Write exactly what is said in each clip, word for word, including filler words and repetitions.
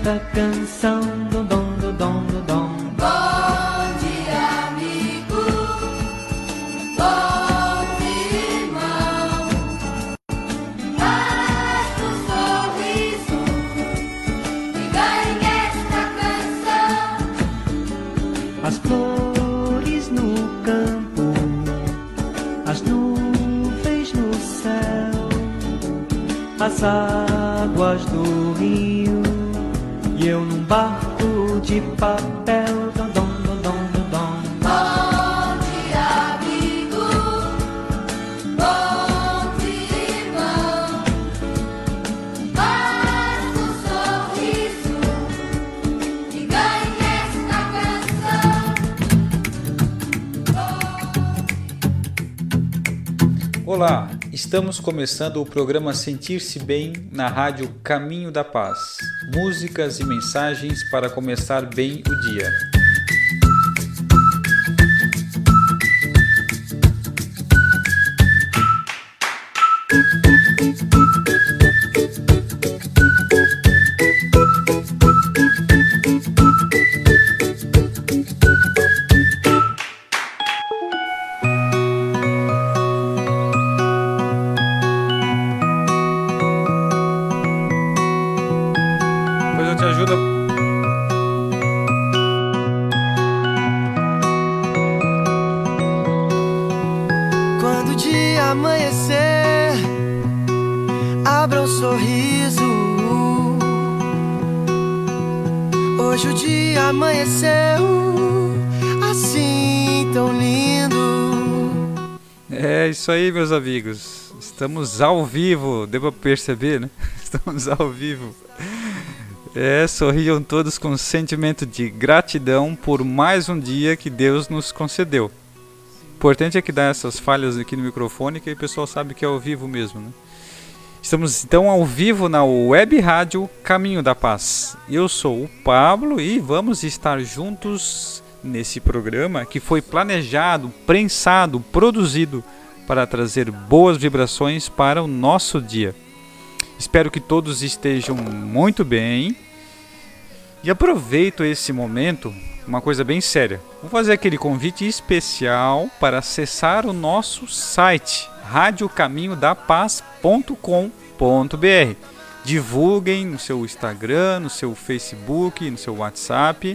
esta canção. Dom, dom, dom, dom, dom. Bom dia, amigo. Bom dia, irmão. Basta um sorriso e ganhe esta canção. As flores no campo, as nuvens no céu, as águas do rio e eu num barco de papel. Dom, dom, dom, dom, dom. Bom dia, amigo. Bom dia, irmão. Basta um sorriso e ganhe esta canção. Olá, estamos começando o programa Sentir-se Bem na Rádio Caminho da Paz. Músicas e mensagens para começar bem o dia. Depois eu te ajudo. Quando o dia amanhecer, abra um sorriso. Hoje o dia amanheceu assim tão lindo. É isso aí, meus amigos. Estamos ao vivo, deu pra perceber, né? Estamos ao vivo. É, sorriam todos com sentimento de gratidão por mais um dia que Deus nos concedeu. O importante é que dá essas falhas aqui no microfone, que aí o pessoal sabe que é ao vivo mesmo, né? Estamos então ao vivo na Web Rádio Caminho da Paz. Eu sou o Pablo e vamos estar juntos nesse programa que foi planejado, prensado, produzido para trazer boas vibrações para o nosso dia. Espero que todos estejam muito bem. E aproveito esse momento, uma coisa bem séria. Vou fazer aquele convite especial para acessar o nosso site rádio caminho da paz ponto com ponto br. Divulguem no seu Instagram, no seu Facebook, no seu WhatsApp.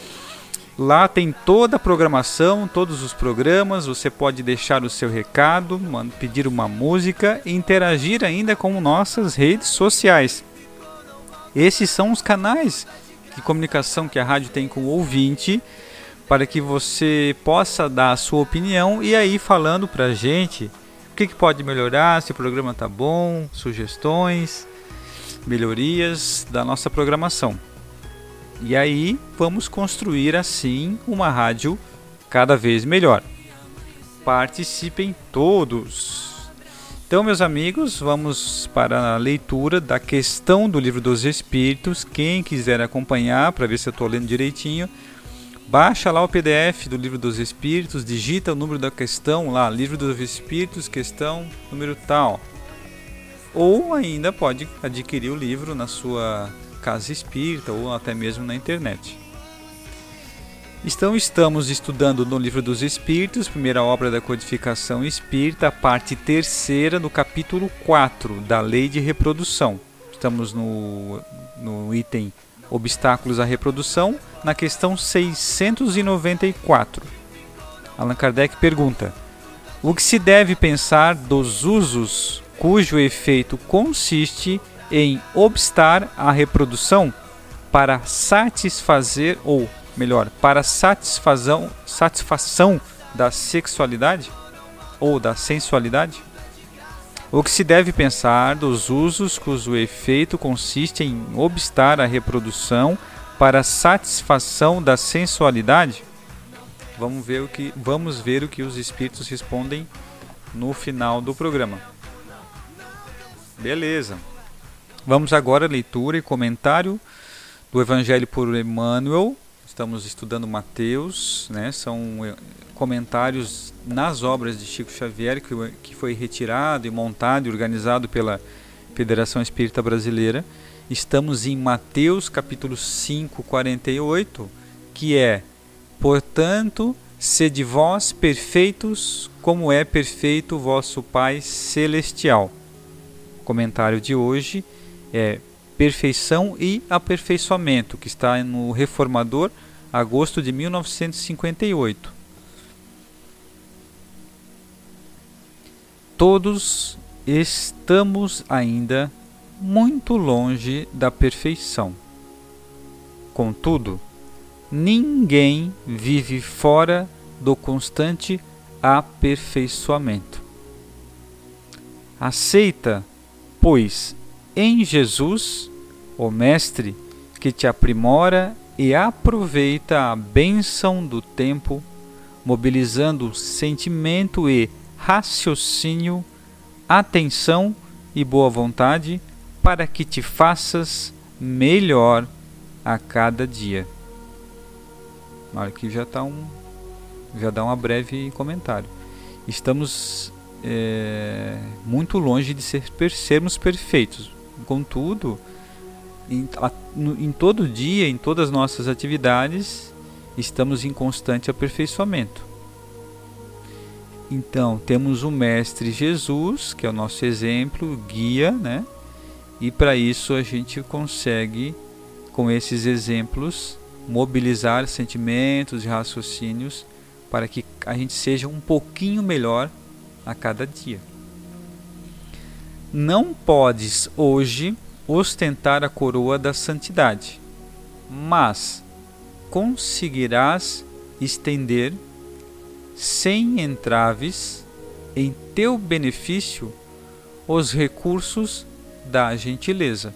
Lá tem toda a programação, todos os programas. Você pode deixar o seu recado, pedir uma música e interagir ainda com nossas redes sociais. Esses são os canais de comunicação que a rádio tem com o ouvinte, para que você possa dar a sua opinião e aí falando pra gente o que, que pode melhorar, se o programa tá bom, sugestões, melhorias da nossa programação. E aí vamos construir assim uma rádio cada vez melhor. Participem todos! Então, meus amigos, vamos para a leitura da questão do Livro dos Espíritos. Quem quiser acompanhar, para ver se eu estou lendo direitinho, baixa lá o P D F do Livro dos Espíritos, digita o número da questão lá, Livro dos Espíritos, questão número tal. Ou ainda pode adquirir o livro na sua casa espírita ou até mesmo na internet. Então estamos estudando no Livro dos Espíritos, primeira obra da codificação espírita, parte terceira, no capítulo quatro da Lei de Reprodução. Estamos no, no item Obstáculos à Reprodução, na questão seiscentos e noventa e quatro. Allan Kardec pergunta: o que se deve pensar dos usos cujo efeito consiste em obstar à reprodução para satisfazer, ou melhor, para satisfação, satisfação da sexualidade ou da sensualidade? O que se deve pensar dos usos cujo efeito consiste em obstar à reprodução para satisfação da sensualidade? Vamos ver o que, vamos ver o que os espíritos respondem no final do programa. Beleza. Vamos agora à leitura e comentário do Evangelho por Emmanuel. Estamos estudando Mateus, né? São comentários nas obras de Chico Xavier, que, que foi retirado e montado e organizado pela Federação Espírita Brasileira. estamos em Mateus capítulo cinco, quarenta e oito, que é: portanto, sede vós perfeitos, como é perfeito o vosso Pai Celestial. O comentário de hoje é perfeição e aperfeiçoamento, que está no Reformador, agosto de mil novecentos e cinquenta e oito. Todos estamos ainda muito longe da perfeição. Contudo, ninguém vive fora do constante aperfeiçoamento. Aceita, pois, em Jesus, o Mestre, que te aprimora e aproveita a bênção do tempo, mobilizando sentimento e raciocínio, atenção e boa vontade, para que te faças melhor a cada dia. Aqui já tá um, já dá um breve comentário. Estamos é, muito longe de ser, sermos perfeitos. Contudo, em, a, no, em todo dia, em todas as nossas atividades, estamos em constante aperfeiçoamento. Então, temos o Mestre Jesus, que é o nosso exemplo, guia, né? E para isso a gente consegue, com esses exemplos, mobilizar sentimentos e raciocínios para que a gente seja um pouquinho melhor a cada dia. Não podes hoje ostentar a coroa da santidade, mas conseguirás estender sem entraves em teu benefício os recursos da gentileza.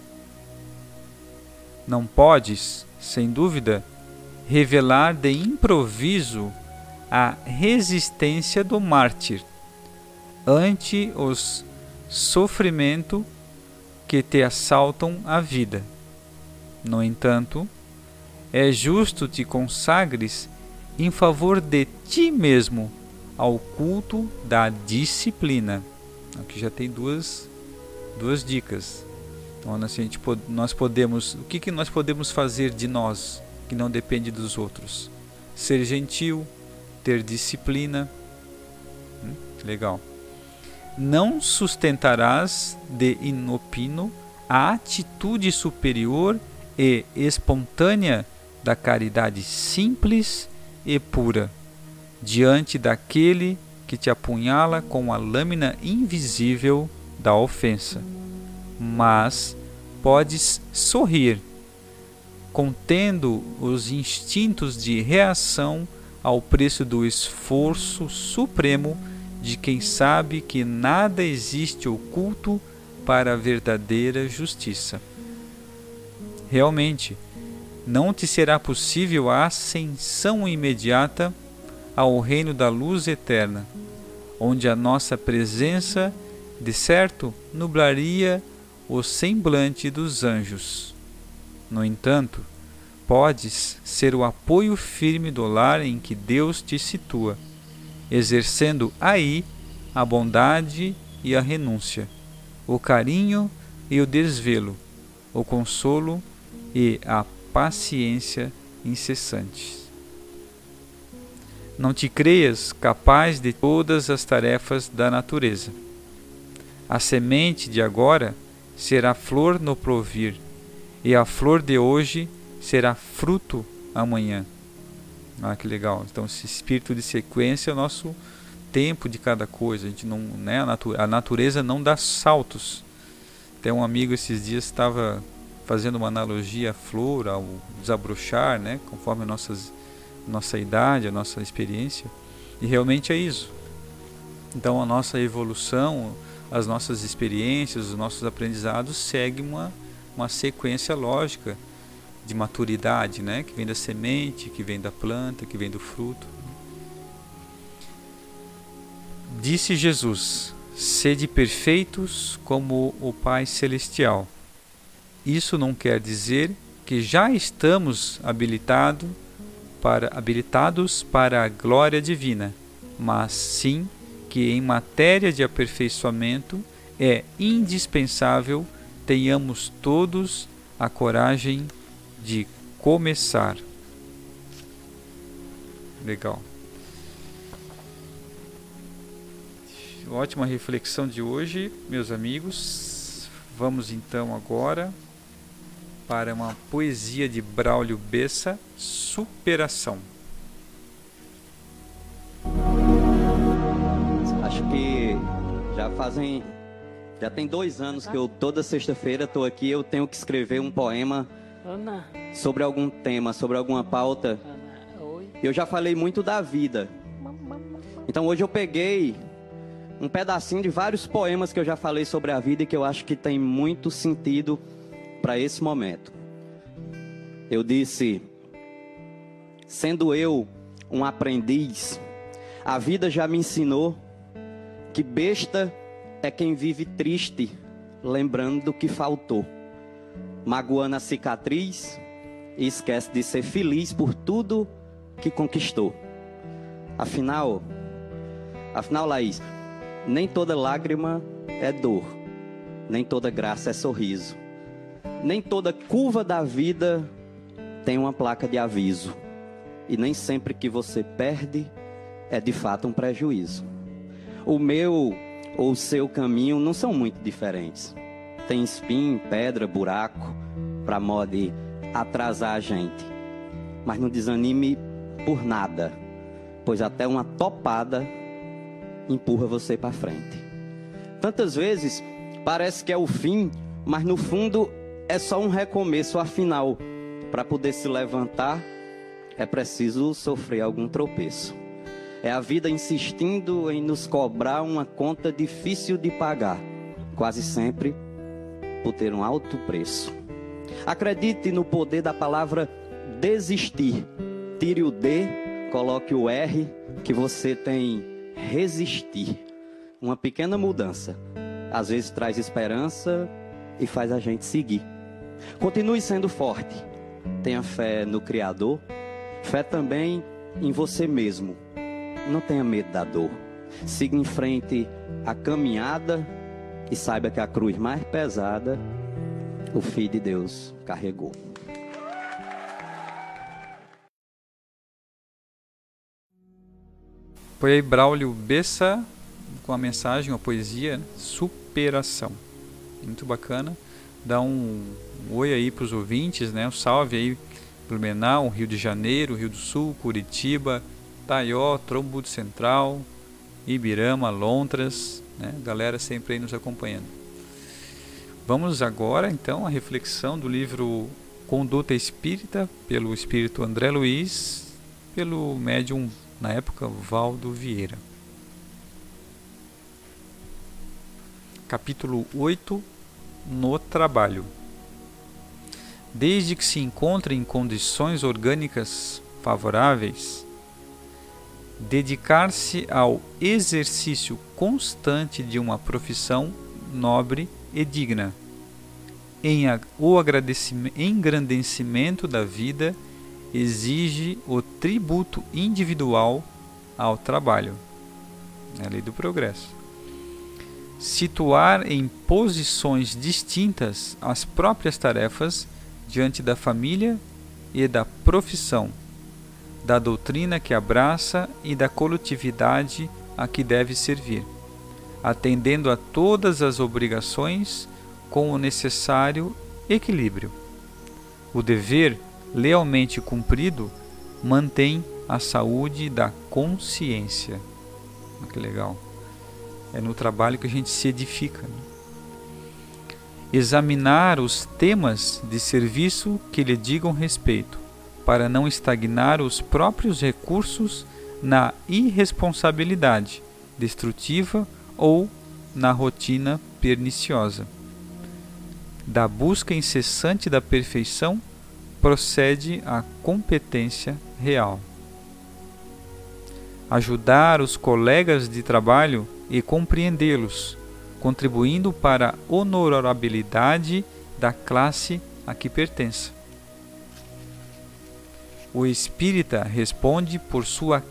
Não podes, sem dúvida, revelar de improviso a resistência do mártir ante os sofrimentos que te assaltam a vida. No entanto, é justo te consagres em favor de ti mesmo ao culto da disciplina. Aqui já tem duas, duas dicas. Então, a gente, nós podemos, o que, que nós podemos fazer de nós que não depende dos outros? Ser gentil, ter disciplina. Hum, legal. Não sustentarás de inopino a atitude superior e espontânea da caridade simples e pura, diante daquele que te apunhala com a lâmina invisível da ofensa. Mas podes sorrir, contendo os instintos de reação ao preço do esforço supremo de quem sabe que nada existe oculto para a verdadeira justiça. Realmente, não te será possível a ascensão imediata ao reino da luz eterna, onde a nossa presença, de certo, nublaria o semblante dos anjos. No entanto, podes ser o apoio firme do lar em que Deus te situa, exercendo aí a bondade e a renúncia, o carinho e o desvelo, o consolo e a paciência incessantes. Não te creias capaz de todas as tarefas da natureza. A semente de agora será flor no provir, e a flor de hoje será fruto amanhã. Ah, que legal. Então, esse espírito de sequência é o nosso tempo de cada coisa. A gente não, né, a, natu a natureza não dá saltos. Tem um amigo esses dias estava fazendo uma analogia à flor, ao desabrochar, né, conforme a nossas, nossa idade, a nossa experiência. E realmente é isso. Então, a nossa evolução, as nossas experiências, os nossos aprendizados seguem uma, uma sequência lógica de maturidade, né? Que vem da semente, que vem da planta, que vem do fruto. Disse Jesus: sede perfeitos como o Pai Celestial. Isso não quer dizer que já estamos habilitado para, habilitados para a glória divina, mas sim que em matéria de aperfeiçoamento é indispensável tenhamos todos a coragem de começar. Legal. Ótima reflexão de hoje, meus amigos. Vamos então agora para uma poesia de Braulio Bessa, Superação. Acho que já fazem, já tem dois anos que eu toda sexta-feira estou aqui. Eu tenho que escrever um poema sobre algum tema, sobre alguma pauta. Eu já falei muito da vida. Então hoje eu peguei um pedacinho de vários poemas que eu já falei sobre a vida e que eu acho que tem muito sentido para esse momento. Eu disse: sendo eu um aprendiz, a vida já me ensinou que besta é quem vive triste, lembrando do que faltou, magoando a cicatriz e esquece de ser feliz por tudo que conquistou. Afinal, afinal, Laís, nem toda lágrima é dor, nem toda graça é sorriso, nem toda curva da vida tem uma placa de aviso, e nem sempre que você perde é de fato um prejuízo. O meu ou o seu caminho não são muito diferentes. Tem espinho, pedra, buraco, para modo de atrasar a gente. Mas não desanime por nada, pois até uma topada empurra você para frente. Tantas vezes parece que é o fim, mas no fundo é só um recomeço. Afinal, para poder se levantar é preciso sofrer algum tropeço. É a vida insistindo em nos cobrar uma conta difícil de pagar, quase sempre por ter um alto preço. Acredite no poder da palavra desistir. Tire o D, coloque o R, que você tem resistir. Uma pequena mudança às vezes traz esperança e faz a gente seguir. Continue sendo forte. Tenha fé no Criador, fé também em você mesmo. Não tenha medo da dor. Siga em frente a caminhada e saiba que a cruz mais pesada o Filho de Deus carregou. Foi aí Braulio Bessa com a mensagem, a poesia, né? Superação. Muito bacana. Dá um, um oi aí para os ouvintes, né? Um salve aí Blumenau, Rio de Janeiro, Rio do Sul, Curitiba, Taió, Trombudo Central, Ibirama, Lontras, né? Galera sempre aí nos acompanhando. Vamos agora então à reflexão do livro Conduta Espírita, pelo Espírito André Luiz, pelo médium na época Valdo Vieira. Capítulo oito. No trabalho. Desde que se encontre em condições orgânicas favoráveis, dedicar-se ao exercício constante de uma profissão nobre e digna, em a, o engrandecimento da vida exige o tributo individual ao trabalho. É a lei do progresso. Situar em posições distintas as próprias tarefas diante da família e da profissão, da doutrina que abraça e da coletividade a que deve servir, atendendo a todas as obrigações com o necessário equilíbrio. O dever, lealmente cumprido, mantém a saúde da consciência. Que legal! É no trabalho que a gente se edifica. Né? Examinar os temas de serviço que lhe digam respeito, para não estagnar os próprios recursos na irresponsabilidade destrutiva ou na rotina perniciosa. Da busca incessante da perfeição procede a competência real. Ajudar os colegas de trabalho e compreendê-los, contribuindo para a honorabilidade da classe a que pertence. O espírita responde por sua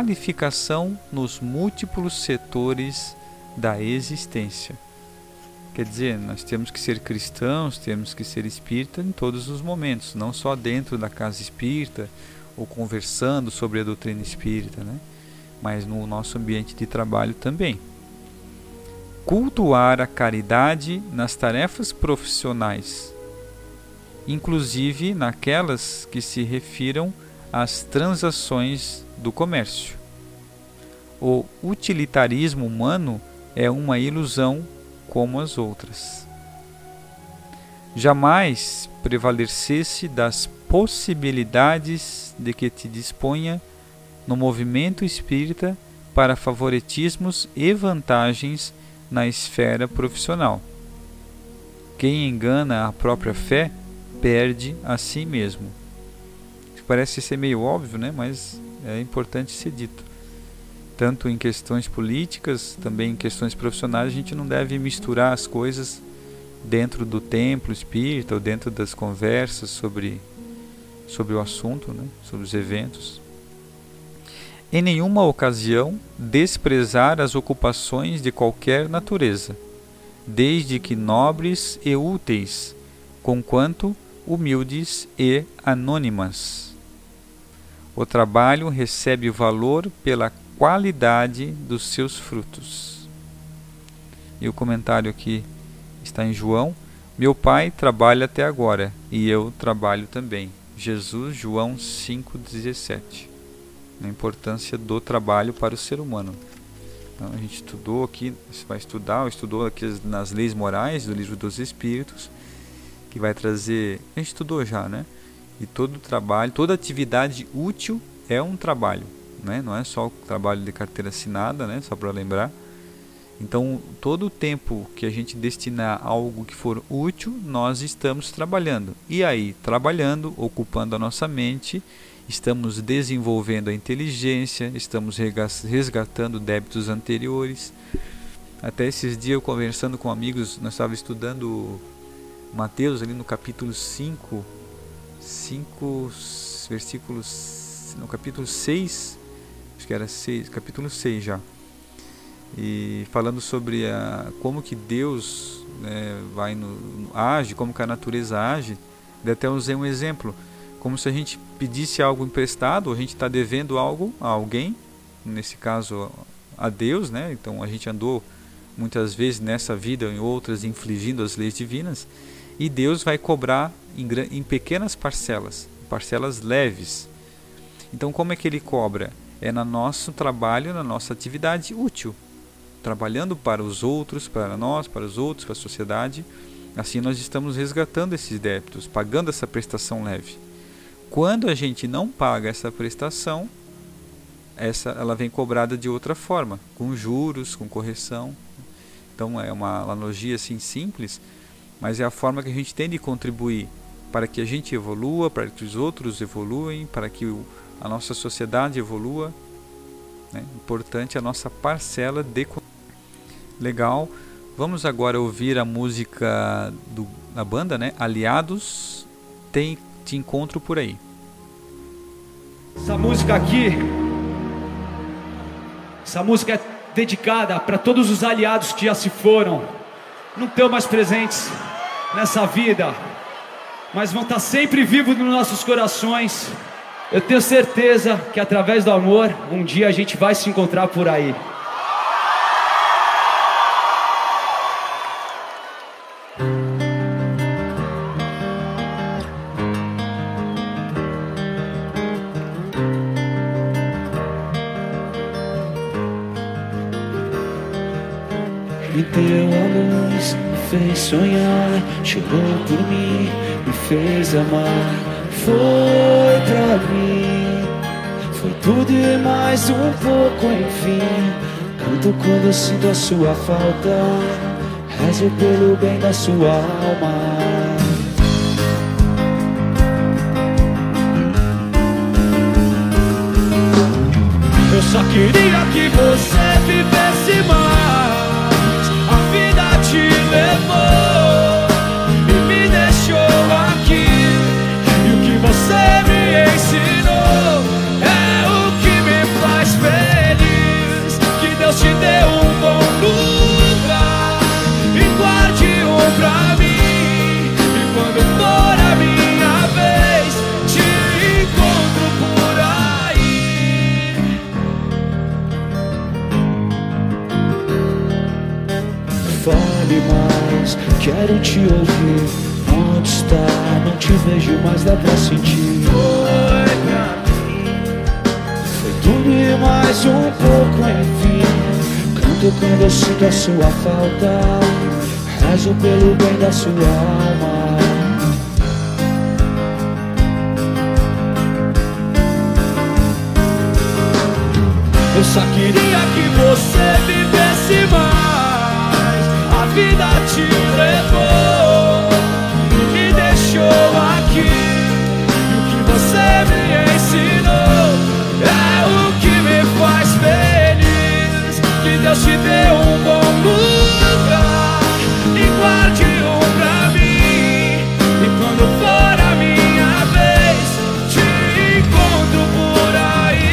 qualificação nos múltiplos setores da existência. Quer dizer, nós temos que ser cristãos, temos que ser espírita em todos os momentos, não só dentro da casa espírita ou conversando sobre a doutrina espírita, né? Mas no nosso ambiente de trabalho também. Cultuar a caridade nas tarefas profissionais, inclusive naquelas que se refiram às transações do comércio. O utilitarismo humano é uma ilusão como as outras. Jamais prevalecesse das possibilidades de que te disponha no movimento espírita para favoritismos e vantagens na esfera profissional. Quem engana a própria fé perde a si mesmo. Parece ser meio óbvio, né? Mas é importante ser dito. Tanto em questões políticas, também em questões profissionais, a gente não deve misturar as coisas dentro do templo espírita ou dentro das conversas sobre, sobre o assunto, né? Sobre os eventos. Em nenhuma ocasião desprezar as ocupações de qualquer natureza, desde que nobres e úteis, conquanto humildes e anônimas. O trabalho recebe valor pela qualidade dos seus frutos. E o comentário aqui está em João: meu pai trabalha até agora e eu trabalho também. Jesus, João cinco, dezessete. A importância do trabalho para o ser humano. Então, a gente estudou aqui, você vai estudar, ou estudou aqui nas leis morais do Livro dos Espíritos, que vai trazer, a gente estudou já, né? E todo trabalho, toda atividade útil é um trabalho, né? Não é só o trabalho de carteira assinada, né? Só para lembrar. Então, todo o tempo que a gente destinar a algo que for útil, nós estamos trabalhando. E aí, trabalhando, ocupando a nossa mente, estamos desenvolvendo a inteligência, estamos resgatando débitos anteriores. Até esses dias, eu conversando com amigos, nós estávamos estudando Mateus, ali no capítulo cinco, cinco versículos, no capítulo seis, acho que era seis, capítulo seis já. E falando sobre a, como que Deus, né, vai no, no, age, como que a natureza age. Eu até usei um exemplo, como se a gente pedisse algo emprestado, ou a gente está devendo algo a alguém, nesse caso a Deus, né? Então a gente andou muitas vezes nessa vida ou em outras infligindo as leis divinas, e Deus vai cobrar em, em pequenas parcelas, parcelas leves. Então como é que Ele cobra? É no nosso trabalho, na nossa atividade útil, trabalhando para os outros, para nós, para os outros, para a sociedade. Assim nós estamos resgatando esses débitos, pagando essa prestação leve. Quando a gente não paga essa prestação, essa, ela vem cobrada de outra forma, com juros, com correção. Então é uma analogia assim simples, mas é a forma que a gente tem de contribuir para que a gente evolua, para que os outros evoluem, para que o, a nossa sociedade evolua. Né? Importante a nossa parcela de... Legal. Vamos agora ouvir a música do, da banda, né? Aliados, tem Te Encontro Por Aí. Essa música aqui, essa música é dedicada para todos os aliados que já se foram, não estão mais presentes nessa vida, mas vão estar sempre vivos nos nossos corações. Eu tenho certeza que através do amor, um dia a gente vai se encontrar por aí. Me deu a luz, me fez sonhar, chorou por mim, me fez amar. Foi pra mim, foi tudo e mais um pouco, enfim. Canto quando eu sinto a sua falta, rezo pelo bem da sua alma. Eu só queria que você vivesse mais. A vida te levou e me deixou aqui. E o que você me ensinou é o que me faz feliz. Que Deus te deu um bom lugar e guarde quero te ouvir. Onde está? Não te vejo, mas dá pra sentir. Foi pra mim. Foi tudo e mais um pouco, enfim. Canto quando eu sinto a sua falta. Rezo pelo bem da sua alma. Eu só queria que você vivesse mais. A vida te levou e me deixou aqui. E o que você me ensinou é o que me faz feliz. Que Deus te deu um bom lugar e guarde um pra mim. E quando for a minha vez, te encontro por aí.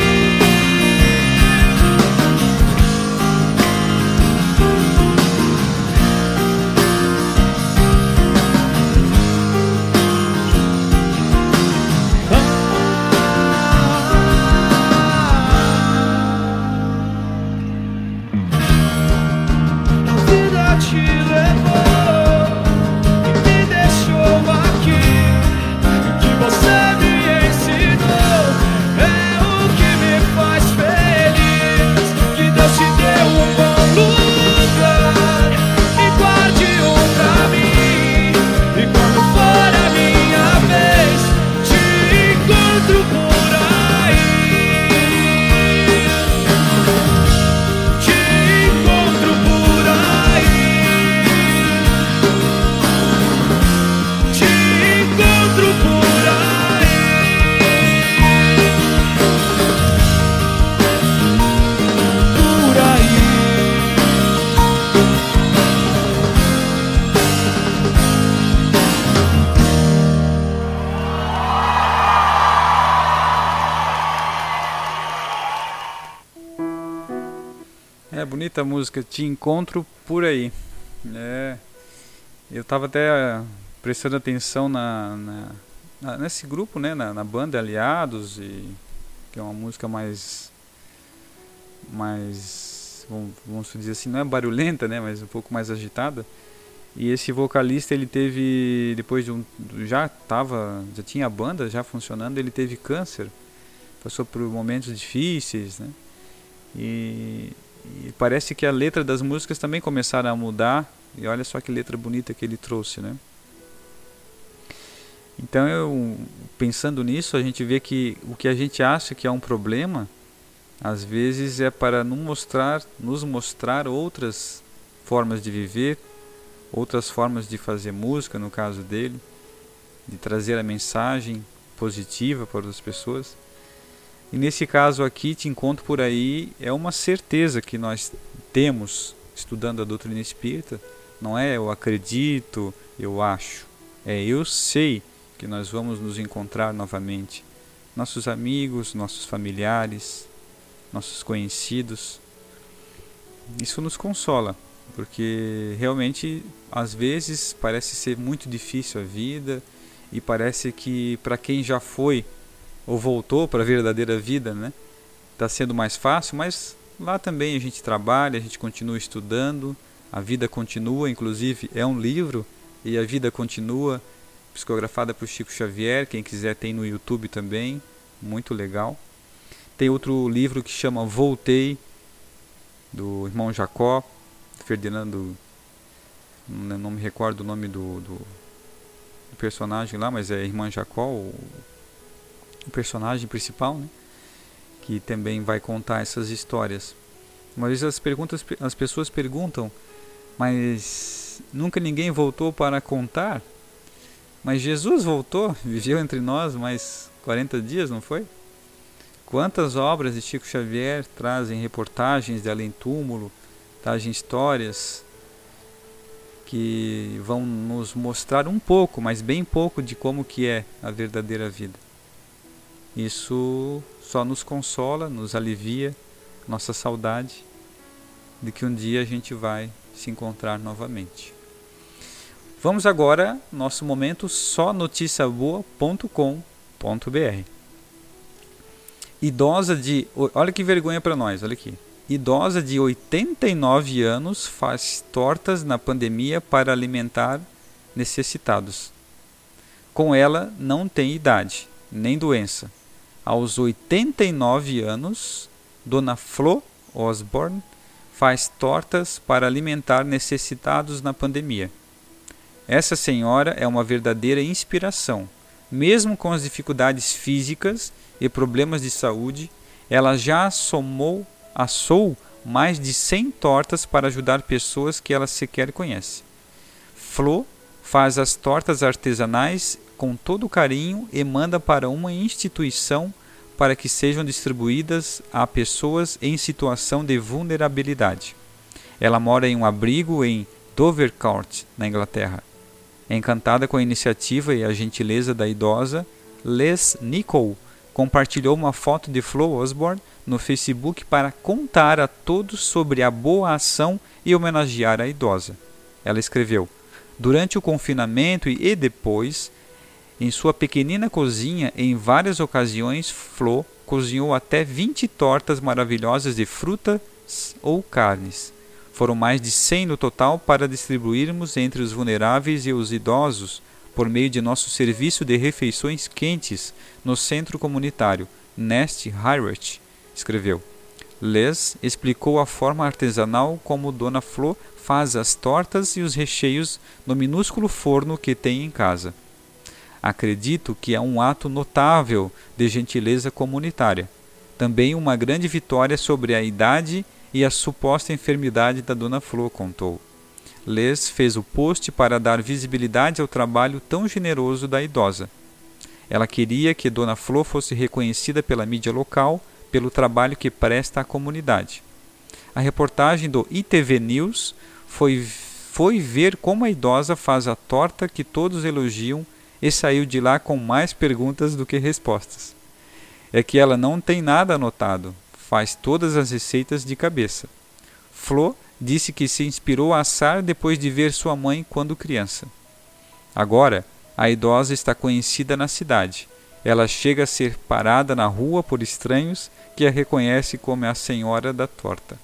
Te levou e me deixou aqui. O que você me ensinou é o que me faz feliz. Que Deus te deu um bom lugar e guarde um pra mim. E quando for a minha vez, te encontro por aí. Te encontro por aí. Encontro por aí, por aí. É bonita a música, Te Encontro Por Aí. É, eu tava até prestando atenção na, na, na, nesse grupo, né, na, na banda Aliados, e, que é uma música mais, mais vamos, vamos dizer assim, não é barulhenta, né, mas um pouco mais agitada. E esse vocalista, ele teve, depois de um, já tava, já tinha a banda já funcionando, ele teve câncer, passou por momentos difíceis, né, e, e parece que a letra das músicas também começaram a mudar, e olha só que letra bonita que ele trouxe, né. Então, eu, pensando nisso, a gente vê que o que a gente acha que é um problema, às vezes é para nos mostrar, nos mostrar outras formas de viver, outras formas de fazer música, no caso dele, de trazer a mensagem positiva para as pessoas. E nesse caso aqui, Te Encontro Por Aí, é uma certeza que nós temos estudando a doutrina espírita. Não é eu acredito, eu acho, é eu sei que nós vamos nos encontrar novamente. Nossos amigos, nossos familiares, nossos conhecidos. Isso nos consola, porque realmente às vezes parece ser muito difícil a vida, e parece que para quem já foi ou voltou para a verdadeira vida, né, está sendo mais fácil, mas lá também a gente trabalha, a gente continua estudando, a vida continua, inclusive é um livro, e a vida continua, psicografada por Chico Xavier. Quem quiser tem no YouTube também, muito legal. Tem outro livro que chama Voltei, do irmão Jacó, Ferdinando, não me recordo o nome do, do, do personagem lá, mas é irmã Jacó, o, o personagem principal, né, que também vai contar essas histórias. Uma vez as, perguntas, as pessoas perguntam, mas nunca ninguém voltou para contar? Mas Jesus voltou, viveu entre nós mais quarenta dias, não foi? Quantas obras de Chico Xavier trazem reportagens de além-túmulo, trazem histórias que vão nos mostrar um pouco, mas bem pouco, de como que é a verdadeira vida. Isso só nos consola, nos alivia nossa saudade de que um dia a gente vai se encontrar novamente. Vamos agora, nosso momento só notícia boa ponto com ponto br. Idosa de... Olha que vergonha para nós, olha aqui. Idosa de oitenta e nove anos faz tortas na pandemia para alimentar necessitados. Com ela não tem idade, nem doença. Aos oitenta e nove anos, Dona Flo Osborne faz tortas para alimentar necessitados na pandemia. Essa senhora é uma verdadeira inspiração. Mesmo com as dificuldades físicas e problemas de saúde, ela já somou, assou mais de cem tortas para ajudar pessoas que ela sequer conhece. Flo faz as tortas artesanais com todo carinho e manda para uma instituição para que sejam distribuídas a pessoas em situação de vulnerabilidade. Ela mora em um abrigo em Dovercourt, na Inglaterra. Encantada com a iniciativa e a gentileza da idosa, Les Nicole compartilhou uma foto de Flo Osborne no Facebook para contar a todos sobre a boa ação e homenagear a idosa. Ela escreveu: durante o confinamento e depois, em sua pequenina cozinha, em várias ocasiões, Flo cozinhou até vinte tortas maravilhosas de frutas ou carnes. Foram mais de cem no total para distribuirmos entre os vulneráveis e os idosos por meio de nosso serviço de refeições quentes no centro comunitário Nest Highway, escreveu. Les explicou a forma artesanal como Dona Flo faz as tortas e os recheios no minúsculo forno que tem em casa. Acredito que é um ato notável de gentileza comunitária. Também uma grande vitória sobre a idade e a suposta enfermidade da Dona Flo, contou. Les fez o post para dar visibilidade ao trabalho tão generoso da idosa. Ela queria que Dona Flo fosse reconhecida pela mídia local pelo trabalho que presta à comunidade. A reportagem do I T V News foi, foi ver como a idosa faz a torta que todos elogiam e saiu de lá com mais perguntas do que respostas. É que ela não tem nada anotado, faz todas as receitas de cabeça. Flo disse que se inspirou a assar depois de ver sua mãe quando criança. Agora, a idosa está conhecida na cidade. Ela chega a ser parada na rua por estranhos que a reconhecem como a senhora da torta.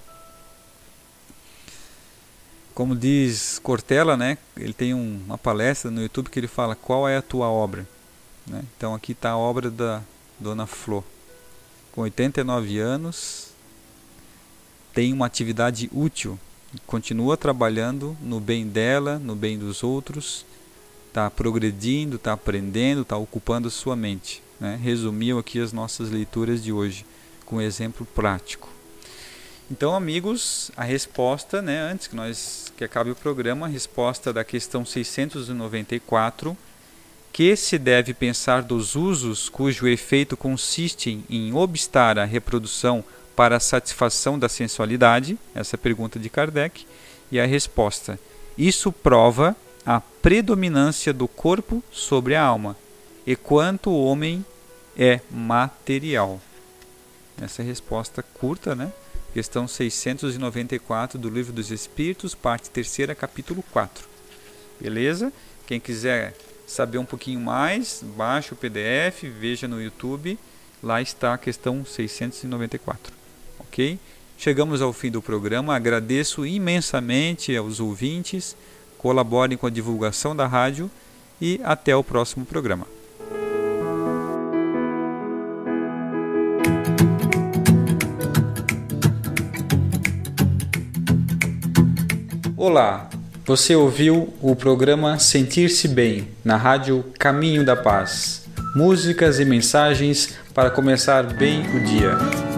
Como diz Cortella, né, ele tem um, uma palestra no YouTube que ele fala: qual é a tua obra? Né? Então aqui está a obra da Dona Flo. Com oitenta e nove anos, tem uma atividade útil, continua trabalhando no bem dela, no bem dos outros, está progredindo, está aprendendo, está ocupando sua mente. Né? Resumiu aqui as nossas leituras de hoje, com um exemplo prático. Então, amigos, a resposta, né, antes que nós que acabe o programa, a resposta da questão seiscentos e noventa e quatro, que se deve pensar dos usos cujo efeito consiste em obstar a reprodução para a satisfação da sensualidade, essa pergunta de Kardec, e a resposta: isso prova a predominância do corpo sobre a alma, e quanto o homem é material. Essa é a resposta curta, né? Questão seiscentos e noventa e quatro do Livro dos Espíritos, parte terceira, capítulo quatro. Beleza? Quem quiser saber um pouquinho mais, baixa o P D F, veja no YouTube, lá está a questão seiscentos e noventa e quatro. Ok? Chegamos ao fim do programa, agradeço imensamente aos ouvintes, colaborem com a divulgação da rádio e até o próximo programa. Olá, você ouviu o programa Sentir-se Bem, na rádio Caminho da Paz. Músicas e mensagens para começar bem o dia.